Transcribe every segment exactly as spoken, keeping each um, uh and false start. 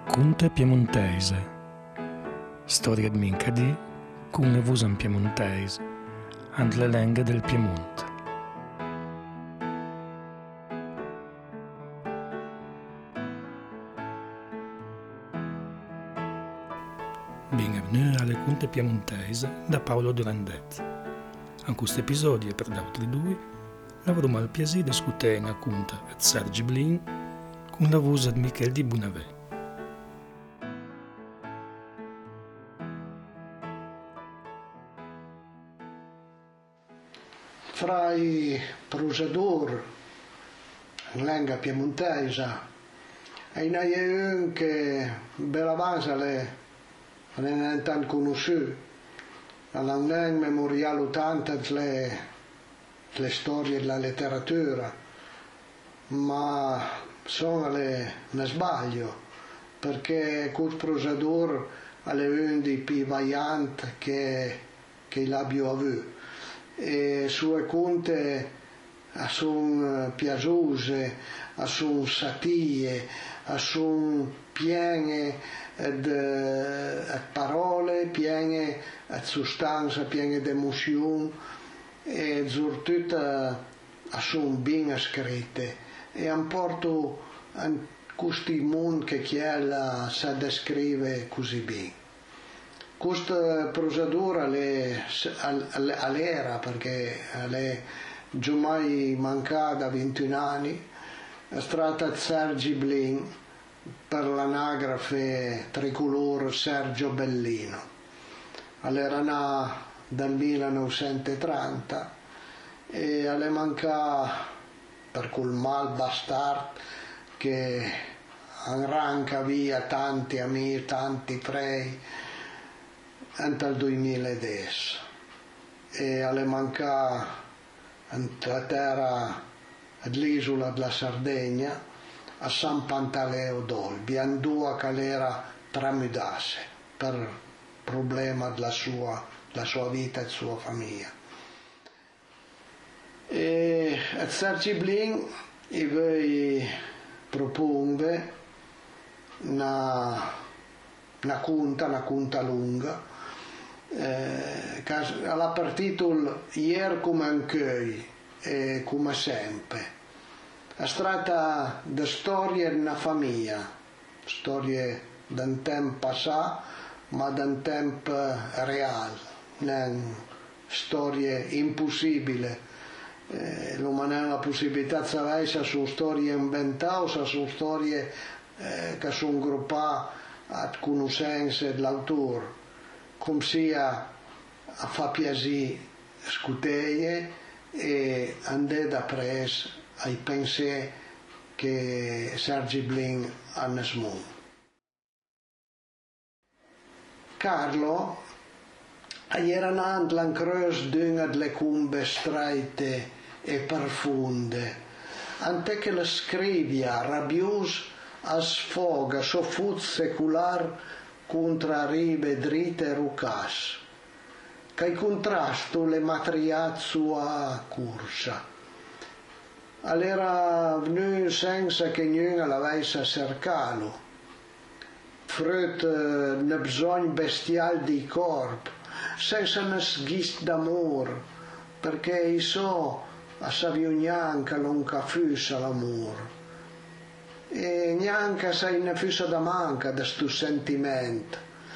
Racconte piemontese. Storia di Mincadì con le vusan piemontese and le lenghe del Piemonte. Benvenuti alle Conte piemontese da Paolo Durandet. In questo episodio e per altri due lavoriamo al piacere di discutere una conta di Sergi Blin con la voce di Michel di Bunavé. Fra i prosadur in lingua piemontesa e in un che bella base le non è tanto conosciuto alla un memoriale ottanta le, le storie della letteratura, ma sono le, ne sbaglio perché quel prosadur è uno dei più vaillanti che, che l'abbia avuto. E sue conte sono piaciose, sono satie, sono piene di parole, piene di sostanza, piene di emozione e soprattutto sono ben scritte e apporto in questo mondo che chi sa descrive così bene. Questa prosadura all'era, perché è già mai mancata ventuno anni, è stata Sergi Blin per l'anagrafe tricolore Sergio Bellino. All'era nata dal millenovecentotrenta e è mancata per quel mal bastard che arranca via tanti amici, tanti frei entro il duemiladieci e alle manca la terra dell'isola della Sardegna a San Pantaleo d'Olbia, in due che era tramudasse per problema della sua, della sua vita e della sua famiglia. E a Sergi Blin vi propongo una, una conta, una conta lunga, Eh, alla per titolo Ier come anch'ei e come sempre. Si tratta di storie di una famiglia, storie di un tempo passato ma di un tempo reale, non storie impossibili. Eh, non ha la possibilità di sapere se sono storie inventate o se sono storie eh, che sono gruppate a conoscenze dell'autore. Come sia a fa piacere scuteie e andare da pres ai pensieri che Sergi Blin ha nessuno. Carlo era nato all'incrocio di una delle cumbe strette e profonde, ante che la scrivia rabbiosa a sfoga soffut secular contra rive dritte e rucas, che contrasto le matriat sua corsa. All'era venuto senza che ognuno l'avesse cercato, frutto ne bisogno bestiale di corpo, senza ne sghist d'amore, perché i so a savignanca non cafussa l'amore. E neanche se ne fosse da manca di sto sentimento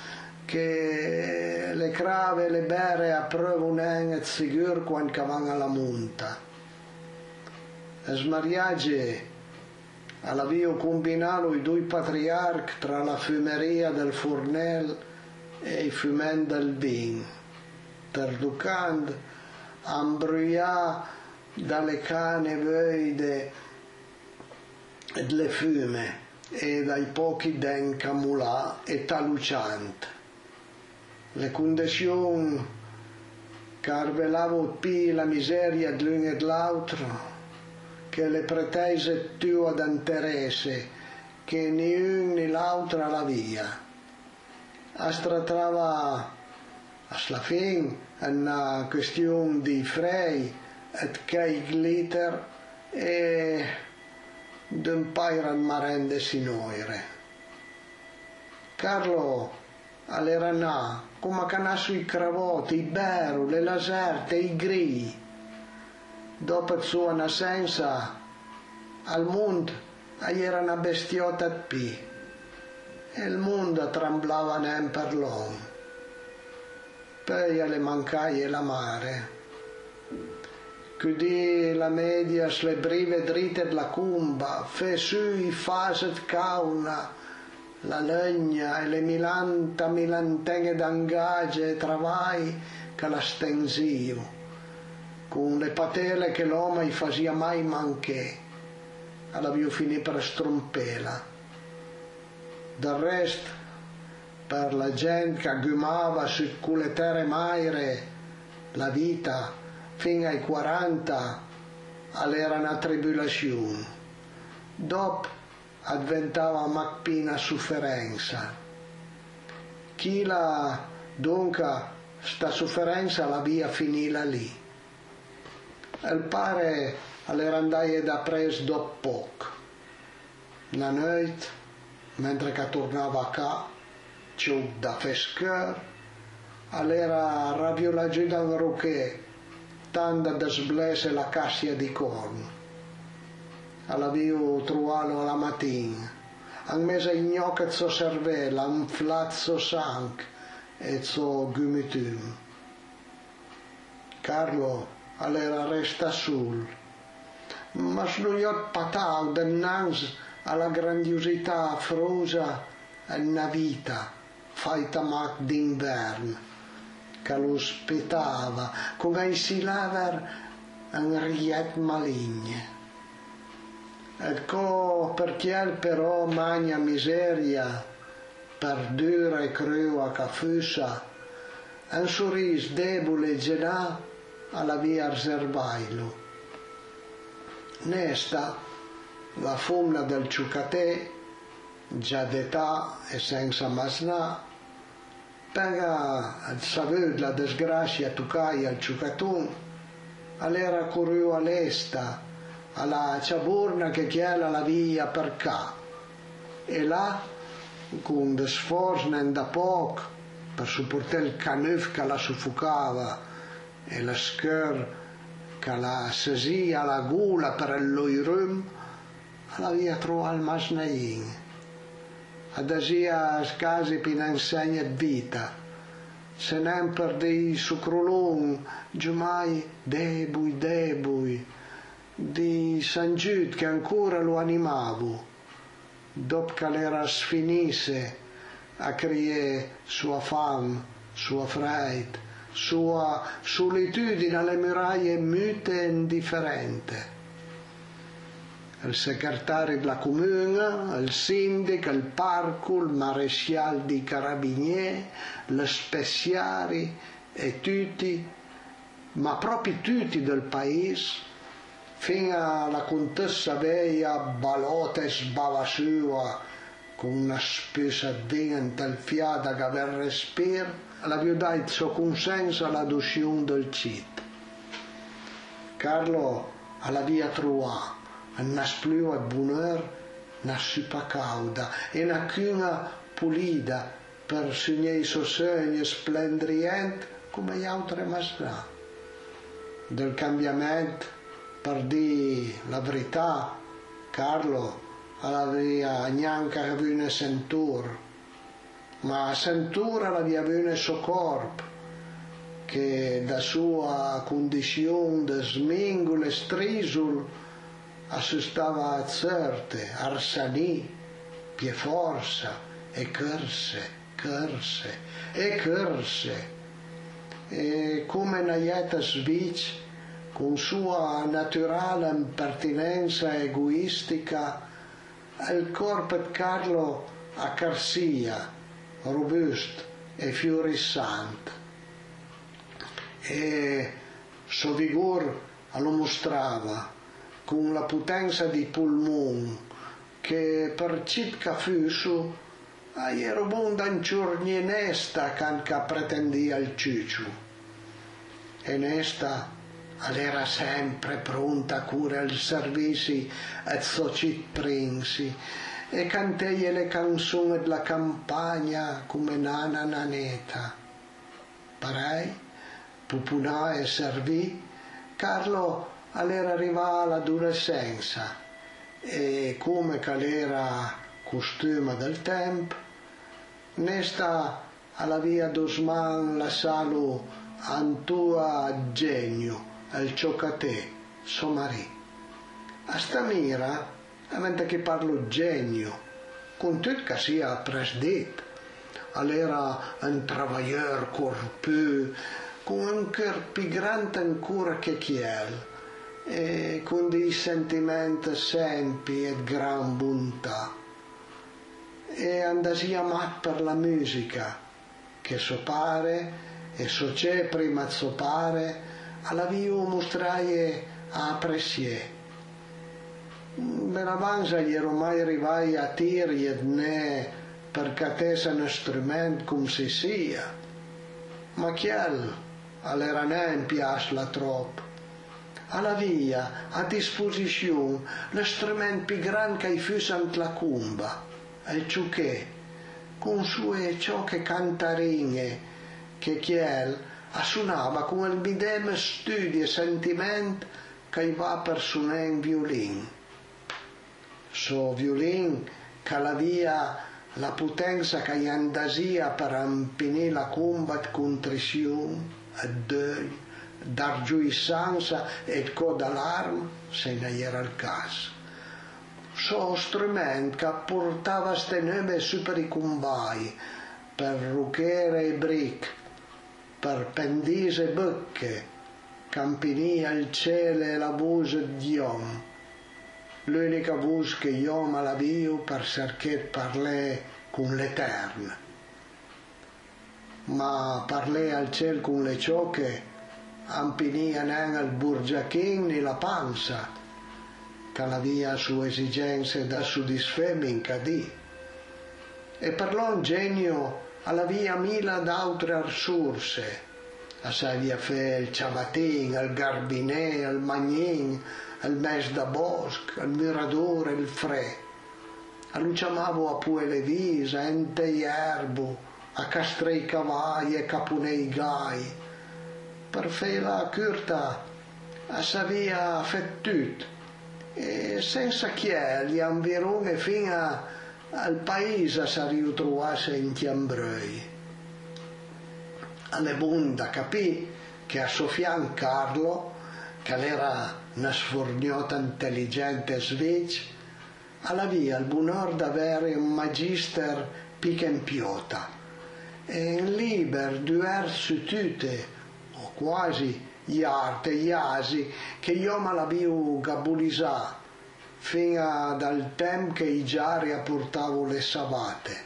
che le crave e le bere approvano e sicuro quando vanno alla monta. E smariage all'avvio combinato i due patriarchi tra la fumeria del fornel e i fumen del vin, traducando a imbrogliare dalle cane veide delle fume e dai pochi den camulà e taluciante. Le condizioni che arvelavano più la miseria di l'uno e dell'altro che le pretese tue ad interesse che né uno né l'altro alla via. Astratrava alla fine una questione di frei e che glitter e d'un paio marende sinoire. Carlo all'era là, come canà sui cravotti, i beru, le laserte, i gri. Dopo la sua nascenza, al mondo era una bestiota P e il mondo tremblava nem per l'uomo. Poi le mancai la mare. Cudì la media le brive dritte della cumba, fe su i faset cauna, la legna e le milanta milantenghe d'angage e travai che la stensio, con le patele che l'uomo gli faceva mai manché, alla via finì per strompela. Del resto, per la gente che aggumava su quelle terre maire la vita fino ai quaranta era una tribolazione. Dopo diventava macpina sofferenza. Chi la dunque sta sofferenza la via finita lì. Il pare all'era andai da pres dopo poco. Una notte, mentre che tornava a casa, c'ho da pescare, all'era raviola giù da un roché, tanda da sblese la cassia di corno. Alla vio trovato alla mattina, han messo in gnocca il suo cervello, un flazzo sangue e il suo gumitum. Carlo all'era resta sul, ma snuiot patau dannanzi alla grandiosità affrosa e una vita fatta mac d'inverno che lo spettava come i silaver un riet maligne. Ecco perché però magna miseria per dura e crua che fosse un sorriso debole e gelà alla via cervello. Nesta la fumna del ciucatè, già d'età e senza masnà, pega il savuto la disgrazia toccai al ciucatun, all'era corriu all'esta, alla ciaburna che chiela la via per qua, e là, con de sforzo da poco, per supportare il canuf che la soffocava e la scur che la sesia la gula per il loirum, la via trova il masnain. Adesia scasi pina insegna vita, se nem per dei sucrolon, giumai debui debui, di San Giud che ancora lo animavo, dopo che l'era sfinisse a criare sua fame, sua freit, sua solitudine alle muraille mute e indifferente. Il segretario della comune, il sindaco, il parco, il maresciallo dei carabinieri, gli speciari e tutti, ma proprio tutti del paese, fino alla contessa Veia balota e sbavassua con una spesa dentro il fiato che aveva respiro, l'aveva dato il suo consenso all'adozione del cit. Carlo alla via trovato una splua di bonheur, una supa cauda e una cuna pulita per sognare i suoi sogni splendrienti come gli altri masnà. Del cambiamento, per dire la verità, Carlo aveva neanche avuto sentur, ma a sentura l'aveva avuto il suo corpo, che da sua condizione di smingolo e strisul assustava a certe, arsanì, pie forza, e corse, corse, e corse. E come una ieta svic, con sua naturale impertinenza egoistica, il corpo di Carlo accarsia, robusto e fiorissante. E suo vigore lo mostrava con la potenza di polmoni che per circa fuso era buona in giorni nesta che pretendia il ciuccio. E nesta era sempre pronta a curare i servizi e socit prinzi e cantai le canzoni della campagna come nana naneta. Parei, pupunà e servì, Carlo all'era arrivà all'adolescenza e come c'era costume del tempo, nesta alla via d'Osman la salo Antua Genio, il ciocatè, sommarì. A sta mira, avente che parlo genio, con tutto che sia presdetto, all'era un travailleur corpus, con un cœur più grande ancora che chiel, e con dei sentimenti sempi e gran bontà. E andasi amat per la musica, che so pare, e so c'è prima so pare, alla via mostraie a appreciare. Ben avanza gli ero mai arrivai a tiri ed ne per catessa un strumento come si sia, ma chiel all'era ne piasla troppo. Alla via, a disposizione, lo strumento più grande che fosse ant la cumba, il ciuchè, con sue ciocche cantarine, che chiel suonava con il medesimo studio e sentimento che va per suonare in violin. So violin che la via la potenza che gli andasia per impinire la cumba di contrizione, e deuil, dar giuissanza e coda l'arma, se ne era il caso. So strumento che portava ste nome su per i cumbai, per ruchere e bric, per pendise e bocche, campinia il cielo e la voce di uomo. L'unica voce che io me la vio per cercare parlare con l'Eterno. Ma parlare al cielo con le ciocche, ampinia neanche il burgiachin ni la panza, che aveva sue esigenze da soddisfare in cadì. E parlò un genio alla via mila d'altre risorse, a savia fe il ciabatin, il garbinè, il magnin, il mes da bosc, il mirador, il fre. A lui chiamavo a pue le visa, ente erbo, a castrei cavalli e capunei gai. Per fe la curta, a savia fet tutto, e senza chiel gli anvirone fino al paese si ritrovasse in Chiambrei. Alle bonda capì che a suo fianco Carlo, che era una sforgnota intelligente sveglia, alla via il buonor d'avere un magister picempiota e in liber duer su tutte, o quasi, gli arte e gli asi che io me l'avevo gabulisà fino dal tempo che i giari apportavo le savate.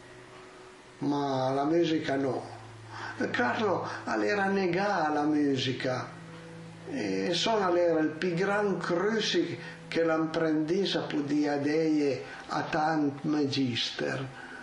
Ma la musica no. Carlo all'era negà la musica e sono all'era il più gran cruci che l'apprendista podia dire a tant magister.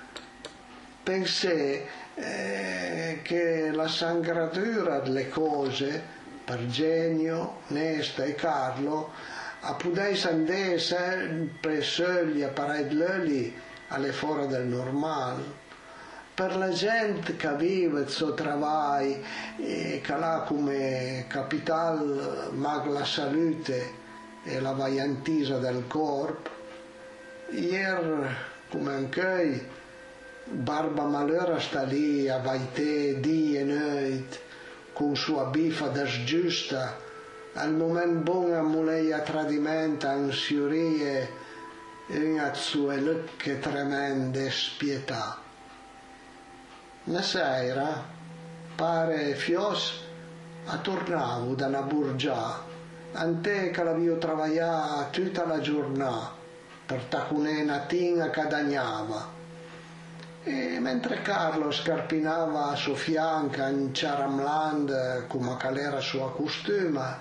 Pensai eh, che la sangratura delle cose per Genio, Nesta e Carlo a pudei andare sempre soli a paredleli alle fuori del normale. Per la gente che vive il suo lavoro e che ha come capital mag la salute e la vaiantisa del corpo, ieri come anche Barba Malera sta lì a vaite di e notte con sua bifa disgiusta al momento buono a mulei a tradimento ansiorie e a sue lucche tremende spietà. Una sera, pare fios, a tornavo da una burgia, ante che l'avevo travagliata tutta la giornata, per tacunè una tinga che dagnava. E mentre Carlo scarpinava a suo fianco in Charamland, come era sua costume,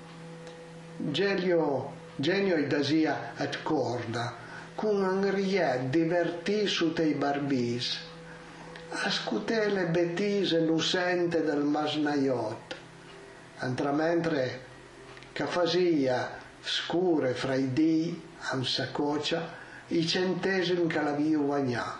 Genio, Genio e dasia et corda, con un riet divertì su tei barbis, ascutè le bettise lucente del masnaiot, antra mentre che fasia scure fra i dì, am sacocia, i centesimi che l'aveva guadagnato.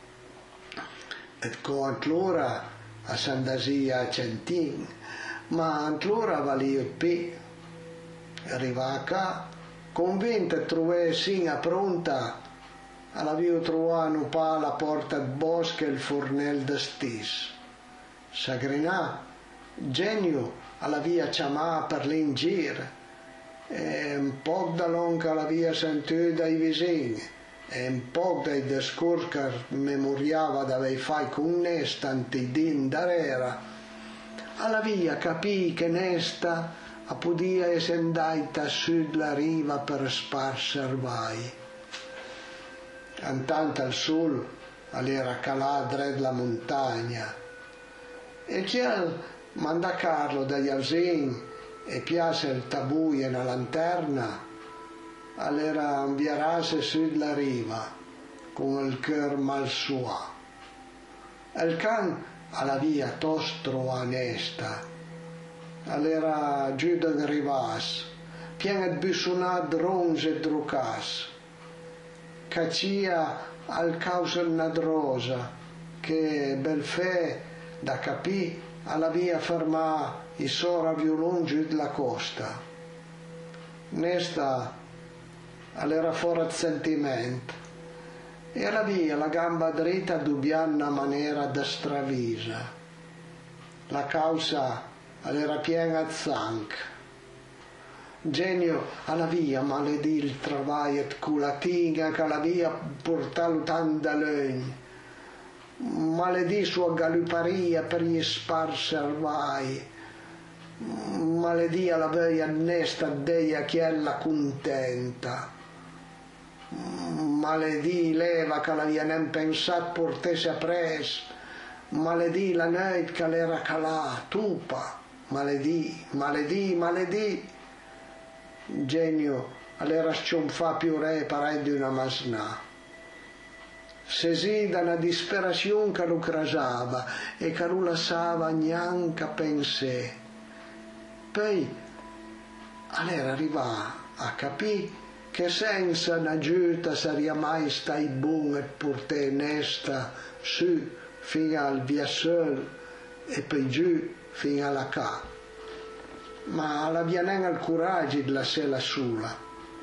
E con l'ora a Sandasia a centin, ma l'ora valeva più. Arriva qua, convinta di trovare Singa pronta, l'avevo trovato un po' alla porta del bosco e il fornello da stis. Sagrinà, genio, l'aveva chiamato per l'ingir, e un po' da longa l'aveva sentito dai vicini, e un po' dai discorsi che memoriava di aver fatto con Nesta tanti din d'era, l'aveva capito che Nesta podia essere andata su la riva per sparser vai. Intanto il sole era calato dalla montagna e già manda Carlo dagli ausini e piace il tabuio e la lanterna, allora inviarasi su la riva con il cœur mal suo. Il can alla via tostro onesta, allora giù da rivas, piena di bisonat ronze e drucas, caccia al causa nadrosa, che bel fe da capì alla via fermà i sora violon giù della costa. Nesta all'era fuori di sentimento e alla via la gamba dritta dubbiando una maniera da stravisa. La causa all'era piena di sangue. Genio alla via maledì il travaglio di culatinga che alla via portato tanta legna. Maledì sua galuparia per gli sparservai. Maledì alla veia Nesta deia che ella contenta. Maledì leva che l'aveva nem pensato portesse a pres. Maledì la notte che l'era calà, tupa. Maledì, maledì, maledì. Genio all'era scionfà più re parai di una masnà. Sesi da una disperazione che lo crasava e che lo lasciava neanche pensare. Poi all'era arrivà a capire che senza un'aiuta sarebbe mai stai buono e portare Nesta su fino al via Sol e poi giù fino alla ca. Ma l'aveva neanche il coraggio di lasciarla sola.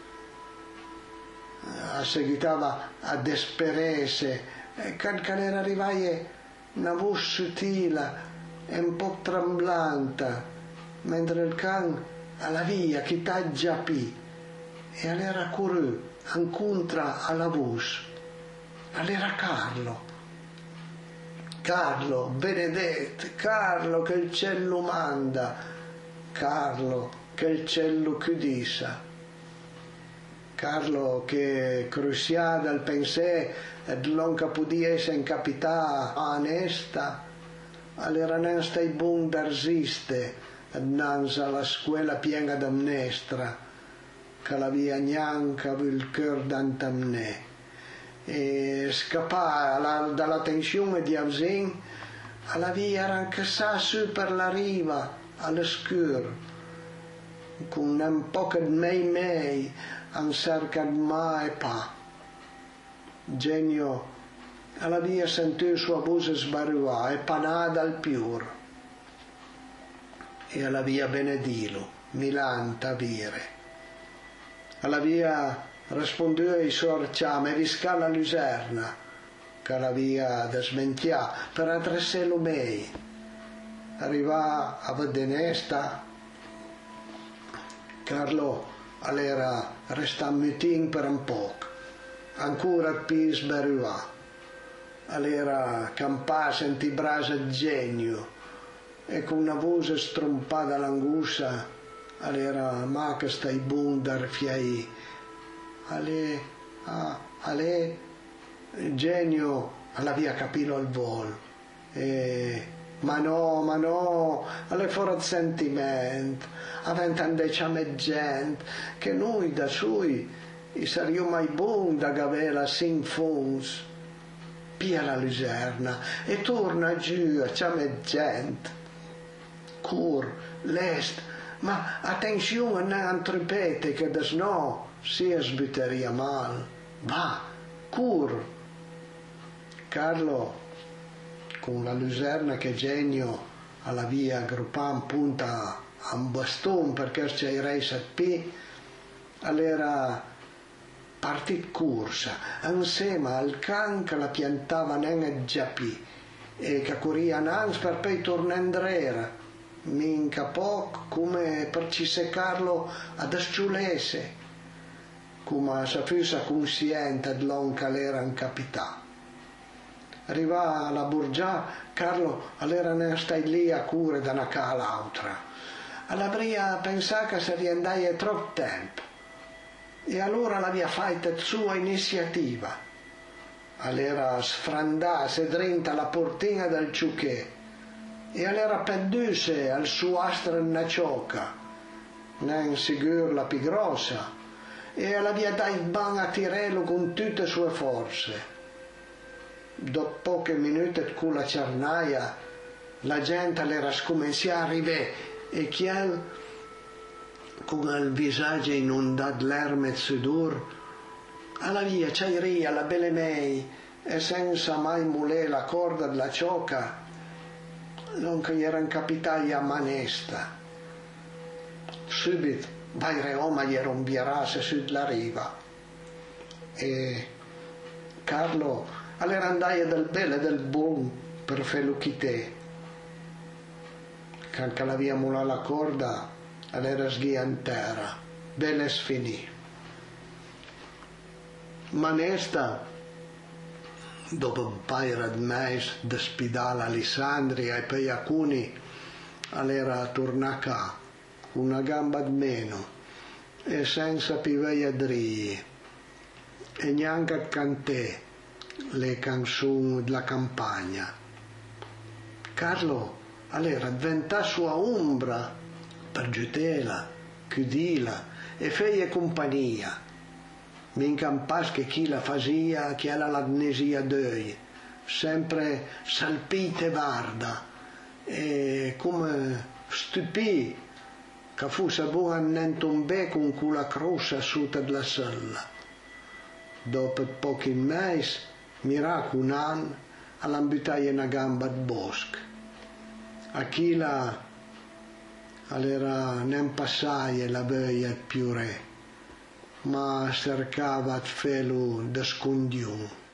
Seguitava a desperese e quando era arrivata una voce sottile e un po' tremblante mentre il can alla via che t'ha già pi e all'era corru incontra alla voce all'era Carlo Carlo benedetto Carlo che il cielo manda Carlo che il cielo chiudisa Carlo che crucia dal pensiero e non podia essere incapità onesta, allora non stai buon da resistere dinanzi alla scuola piena d'amnestra, che la via neanche il cœur d'antamne. E scappare dalla tensione di Avzin, alla via era anche sa su per la riva, all'oscuro, con un po' di mei mei, in cerca di mai pa. Genio alla via sentì sua voce sbarriare e panada al piur. E alla via benedilo, milanta vire. Alla via rispondeva ai sorciami e visca la lucerna, che alla via da smentia per attrassare mei. Arriva a vedere Nesta, Carlo allora resta mutin per un po', ancora più sbarriva. Allora campà sentì brasa di genio e con una voce strompata all'angoscia, allora ma che stai buon dar fiai. Ale, ah, ale, genio alla via capito al volo. E ma no, ma no, alle fuori di sentimento, avendo diciamo gente, che noi da sui saremmo mai buoni da gavela sin fons, pia la lucerna e torna giù a ciame gente, cur, l'est, ma attenzione non tripete che da no si sbutteria mal, va, cur. Carlo, con la lucerna che genio alla via Gruppan punta a un bastone perché c'è rei sappi, allora partit corsa, insieme al can che la piantava nel giappi e che corria nans per poi tornare indietro, minca poco come per ci seccarlo ad asciulese, come se fosse consciente dell'onca era in capità. Arriva alla Borgia, Carlo allora ne stai lì a cure da una ca all'altra. All'avria pensato che se riandaia troppo tempo e allora l'aveva fatta sua iniziativa. Allora sfrandase drinta la portina del ciuchè e allora penduse al suo astro una ciocca, non sicuro la più grossa, e l'aveva dato ban a tirello con tutte le sue forze. Dopo pochi minuti con la cernaia la gente era scominciata a arrivare e chi con il visaggio inondato d'erme e sudor alla via c'airia la belle mei e senza mai mulè la corda della ciocca non che era in capitale a manesta. Subito vai reoma gli era un virase sulla riva e Carlo allora andai del bene e del buon per farlo chite. Quando l'avevamo la corda allora sghia in terra, bene sfinì. Manesta, dopo un paio di mesi di spidale a Alessandria e poi a Cuni, allora torna qua, una gamba di meno e senza piveia drie e neanche cantè le canzoni della campagna. Carlo allora diventa sua ombra per giutela, chiudila e feie compagnia. Minca un pas che chi la fasia che era l'amnesia d'oi, sempre salpite varda e come stupì che fosse buona un be con quella croce sotto della sella. Dopo pochi mesi miracolo un anno all'ambitaia una gamba di bosco. A chi la allora non passaia la veia più re, ma cercava il felo da scondiun.